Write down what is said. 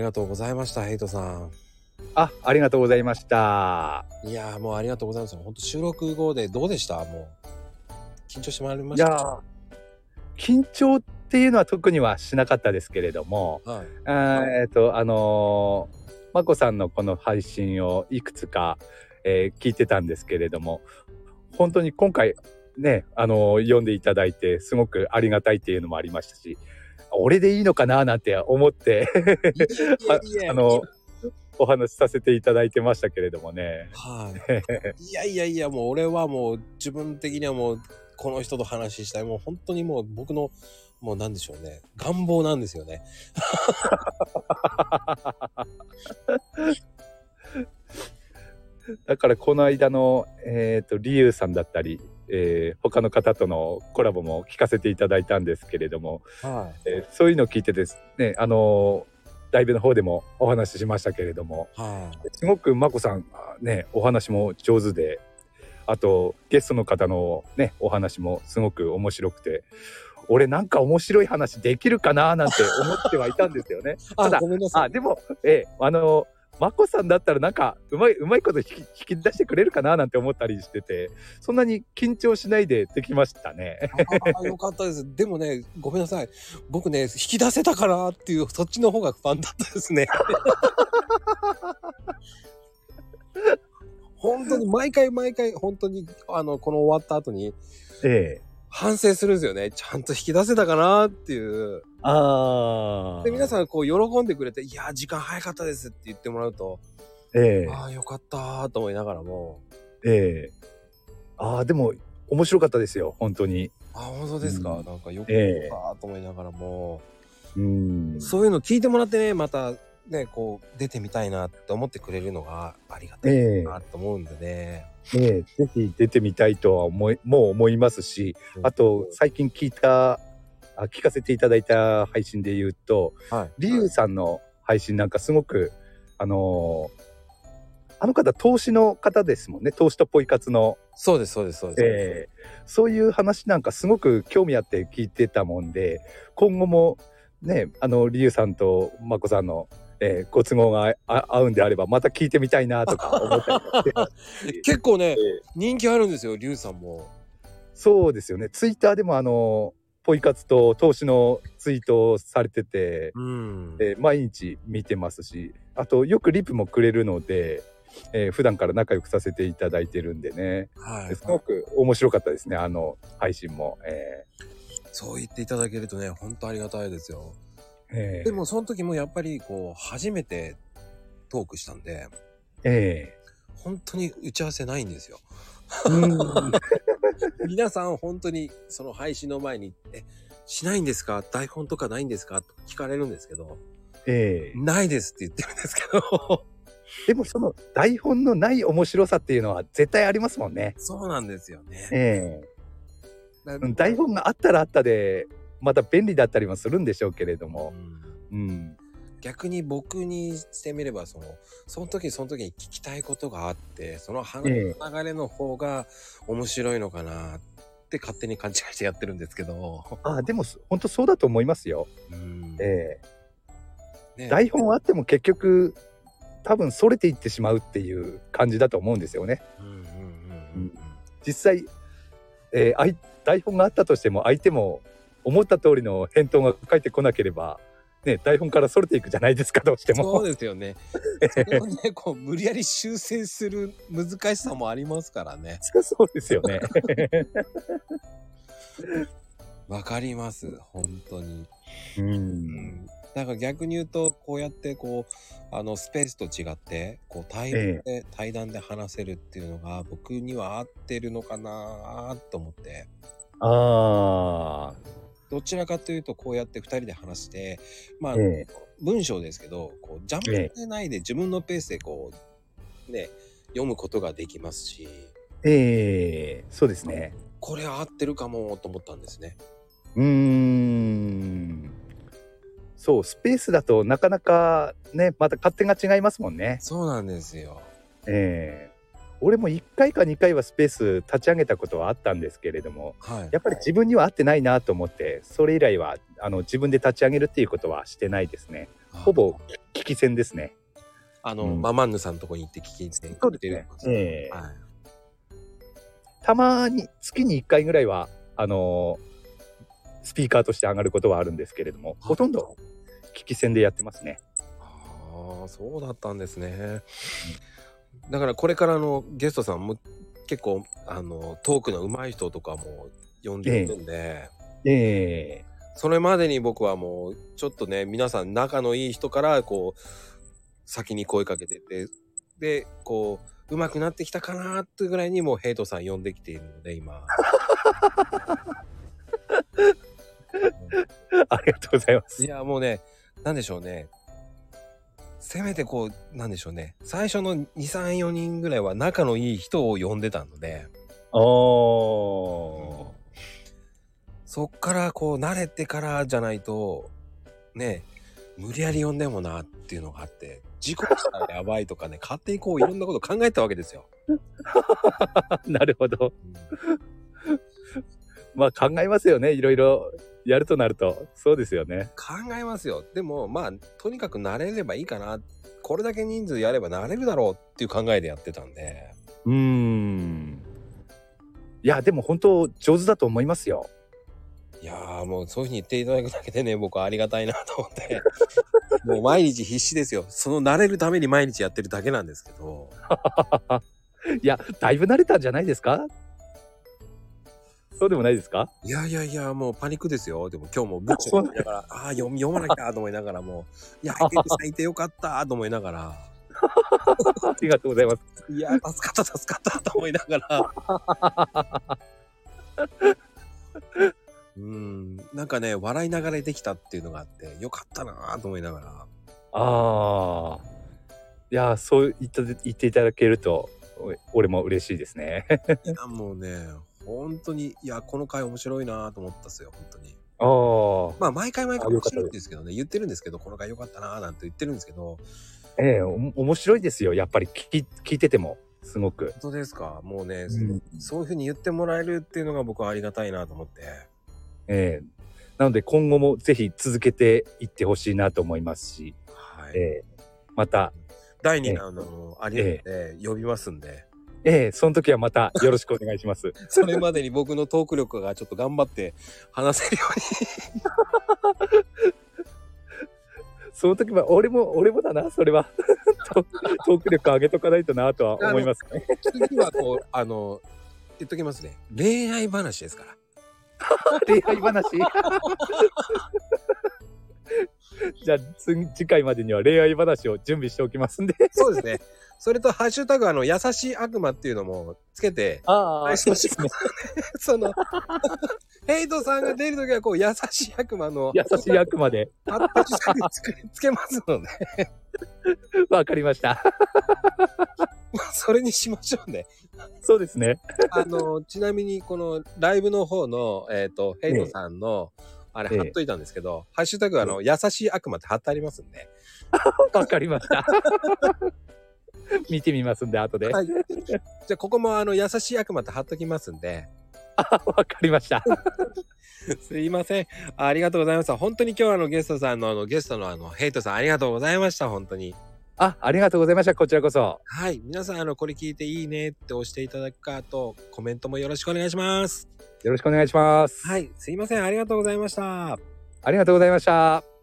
がとうございました、ヘイトさん。 ありがとうございました。 いやー、もうありがとうございます。本当収録後でどうでした？もう緊張してまいりまいやした？ 緊張っていうのは特にはしなかったですけれども、 はい。 まこさんのこの配信をいくつか、聞いてたんですけれども、本当に今回ね、読んでいただいてすごくありがたいっていうのもありましたし、俺でいいのかななんて思っていえいえいえ。 お話しさせていただいてましたけれどもね。 はい。いやいやいや、もう俺はもう自分的にはもうこの人と話したい。もう本当にもう僕のもうなんでしょうね。願望なんですよね。 だからこの間のリユウさんだったり、他の方とのコラボも聞かせていただいたんですけれども、 はそういうのを聞いてですね、ライブの方でもお話ししましたけれども、 い。はすごくまこさんね、お話も上手で、あとゲストの方のねお話もすごく面白くて、俺なんか面白い話できるかななんて思ってはいたんですよね。ただごめんなさい。 でもまこさんだったらなんかうまいこと引き出してくれるかななんて思ったりしてて、そんなに緊張しないでできましたね。 よかったです。でもね、ごめんなさい。僕ね、引き出せたからっていう、そっちの方が不安だったですね。本当に毎回本当にこの終わった後にええ反省するんですよね。ちゃんと引き出せたかなっていう。で、皆さんこう喜んでくれて、いや、時間早かったですって言ってもらうと、よかったーと思いながらも。 でも面白かったですよ、本当に。 本当ですか？なんかよかったーと思いながらも、そういうの聞いてもらってね、またね、こう出てみたいなって思ってくれるのがありがたいなと思うんでね。 ぜひ出てみたいとはもう思いますし、あと最近聞かせていただいた配信で言うと、リュウさんの配信なんかすごくあの方投資の方ですもんね。投資とポイ活の。 そうです。 そういう話なんかすごく興味あって聞いてたもんで、今後もね、リュウさんとまこさんのご都合が合うんであればまた聞いてみたいなとか思ったりもしてますし結構ね、人気あるんですよ、リュウさんも。 そうですよね。ツイッターでもポイ活と投資のツイートをされてて、毎日見てますし、あとよくリプもくれるので、普段から仲良くさせていただいてるんでね、すごく面白かったですね、配信も。 そう言っていただけるとね、本当ありがたいですよ。でもその時もやっぱりこう初めてトークしたんで、本当に打ち合わせないんですよ。皆さん本当にその配信の前にしないんですか？台本とかないんですか？と聞かれるんですけど、ないですって言ってるんですけど。 でもその台本のない面白さっていうのは絶対ありますもんね。 そうなんですよね。 台本があったらあったでまた便利だったりもするんでしょうけれども、 逆に僕にしてみればその時に聞きたいことがあって、その話の流れの方が面白いのかなって勝手に勘違いしてやってるんですけど。 でも本当そうだと思いますよ。台本あっても結局多分それていってしまうっていう感じだと思うんですよね。実際、台本があったとしても相手も思った通りの返答が返ってこなければ、台本からそれていくじゃないですか、どうしても。 そうですよね。それをね、こう無理やり修正する難しさもありますからね。 そうですよね。 わかります、本当に。だから逆に言うとこうやってこうスペースと違ってこう対談で話せるっていうのが僕には合ってるのかなと思って。どちらかというとこうやって2人で話して文章ですけどこう邪魔してないで自分のペースでこうね読むことができますし、 そうですね。 これ合ってるかもと思ったんですね。 そう、スペースだとなかなかね、また勝手が違いますもんね。 そうなんですよ。 俺も1回か2回はスペース立ち上げたことはあったんですけれども、やっぱり自分には合ってないなと思って、それ以来は自分で立ち上げるっていうことはしてないですね。 ほぼ聞き戦ですね。 ママンヌさんのとこに行って聞き戦そうですね。はい、たまに月に1回ぐらいはスピーカーとして上がることはあるんですけれども、ほとんど聞き戦でやってますね。 ああ、そうだったんですね。だからこれからのゲストさんも結構トークの上手い人とかも呼んでるんで、それまでに僕はもうちょっとね、皆さん仲のいい人からこう先に声かけてて、でこう上手くなってきたかなっていうぐらいにもうヘイトさん呼んできているので今。 ありがとうございます。 いやもうね、なんでしょうね。せめてこうなんでしょうね。最初の2、3、4人ぐらいは仲のいい人を呼んでたので。そっからこう慣れてからじゃないとね、無理やり呼んでもなっていうのがあって、事故したらやばいとかね、勝手にこういろんなこと考えたわけですよ。 なるほど。まあ考えますよね。いろいろやるとなると。そうですよね。 考えますよ。でもまあとにかく慣れればいいかな。これだけ人数やれば慣れるだろうっていう考えでやってたんで。 いやでも本当上手だと思いますよ。 いやーもうそういう風に言っていただくだけでね、僕はありがたいなと思ってもう毎日必死ですよ。その慣れるために毎日やってるだけなんですけどいやだいぶ慣れたんじゃないですか。そうでもないですか。 いやもうパニックですよ。でも今日も文章読みながら読まなきゃと思いながらもいやヘイトさんいてよかったと思いながらありがとうございます。 いや助かったと思いながらなんかね笑いながらできたっていうのがあってよかったなと思いながら。 いやそう言っていただけると俺も嬉しいですね。 いやもうね本当にいやこの回面白いなと思ったっすよ本当に。まあ毎回面白いんですけどね、言ってるんですけどこの回良かったななんて言ってるんですけど。 面白いですよやっぱり聞いててもすごく。 本当ですか。もうね、そういう風に言ってもらえるっていうのが僕はありがたいなと思って。 なので今後もぜひ続けていってほしいなと思いますし、また第2弾ありえるので呼びますんで。 その時はまたよろしくお願いします。 それまでに僕のトーク力がちょっと頑張って話せるようにその時は俺もだなそれはトーク力上げとかないとなとは思いますね。 次はこう言っときますね。恋愛話ですから。 恋愛話じゃあ次回までには恋愛話を準備しておきますんで。 そうですね。それとハッシュタグ優しい悪魔っていうのもつけて配信します。そのヘイトさんが出るときはこう優しい悪魔の優しい悪魔でハッシュタグつけますので。 わかりました。 それにしましょうね。 そうですね。 ちなみにこのライブの方のヘイトさんのあれ貼っといたんですけど、ハッシュタグ優しい悪魔って貼ってありますんで。 わかりました。見てみますんで後で。 じゃあここも優しい悪魔って貼っときますんで。 わかりました。 すいません。ありがとうございました。本当に今日はゲストさんのゲストのヘイトさんありがとうございました。本当に。 ありがとうございました。こちらこそ。 はい。皆さんこれ聞いていいねって押していただくかとコメントもよろしくお願いします。 よろしくお願いします。 はい。すいません。ありがとうございました。 ありがとうございました。